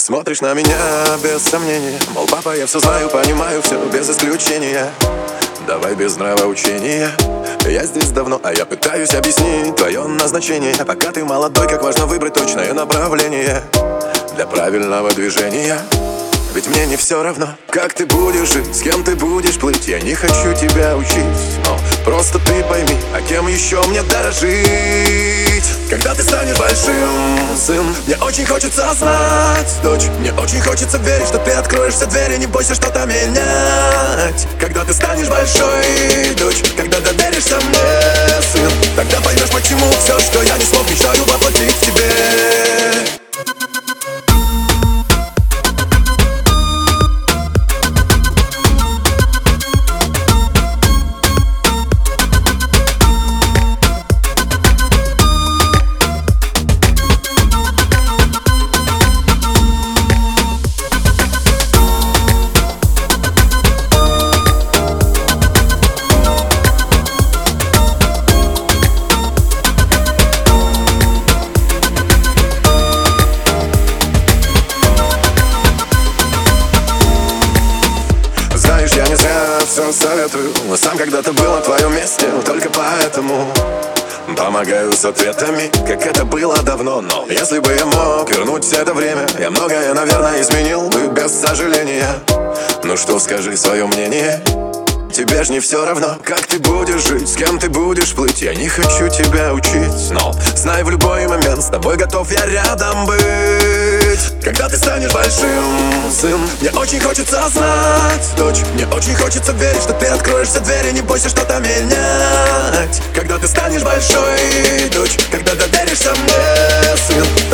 Смотришь на меня без сомнения, мол, папа, я все знаю, понимаю все без исключения. Давай без нравоучения. Я здесь давно, а я пытаюсь объяснить твое назначение. Пока ты молодой, как важно выбрать точное направление для правильного движения. Ведь мне не все равно, как ты будешь жить, с кем ты будешь плыть. Я не хочу тебя учить, но просто ты пойми, а кем еще мне дорожить. Когда ты станешь большим, сын, мне очень хочется знать, дочь, мне очень хочется верить, что ты откроешь все двери, не бойся что-то менять. Когда ты станешь большой, дочь, когда доверишься мне, сын, тогда поймешь, почему все, что я не смог, мечтаю воплотить в тебе. Я не зря все советую, сам когда-то был на твоем месте, только поэтому помогаю с ответами, как это было давно. Но если бы я мог вернуть это время, я многое, наверное, изменил бы без сожаления. Ну что, скажи свое мнение. Тебе ж не все равно, как ты будешь жить, с кем ты будешь плыть. Я не хочу тебя учить, но знай, в любой момент с тобой готов я рядом быть. Когда ты станешь большим, сын, мне очень хочется знать, дочь, мне очень хочется верить, что ты откроешь все двери, не бойся что-то менять. Когда ты станешь большой, дочь, когда доверишься мне, сын,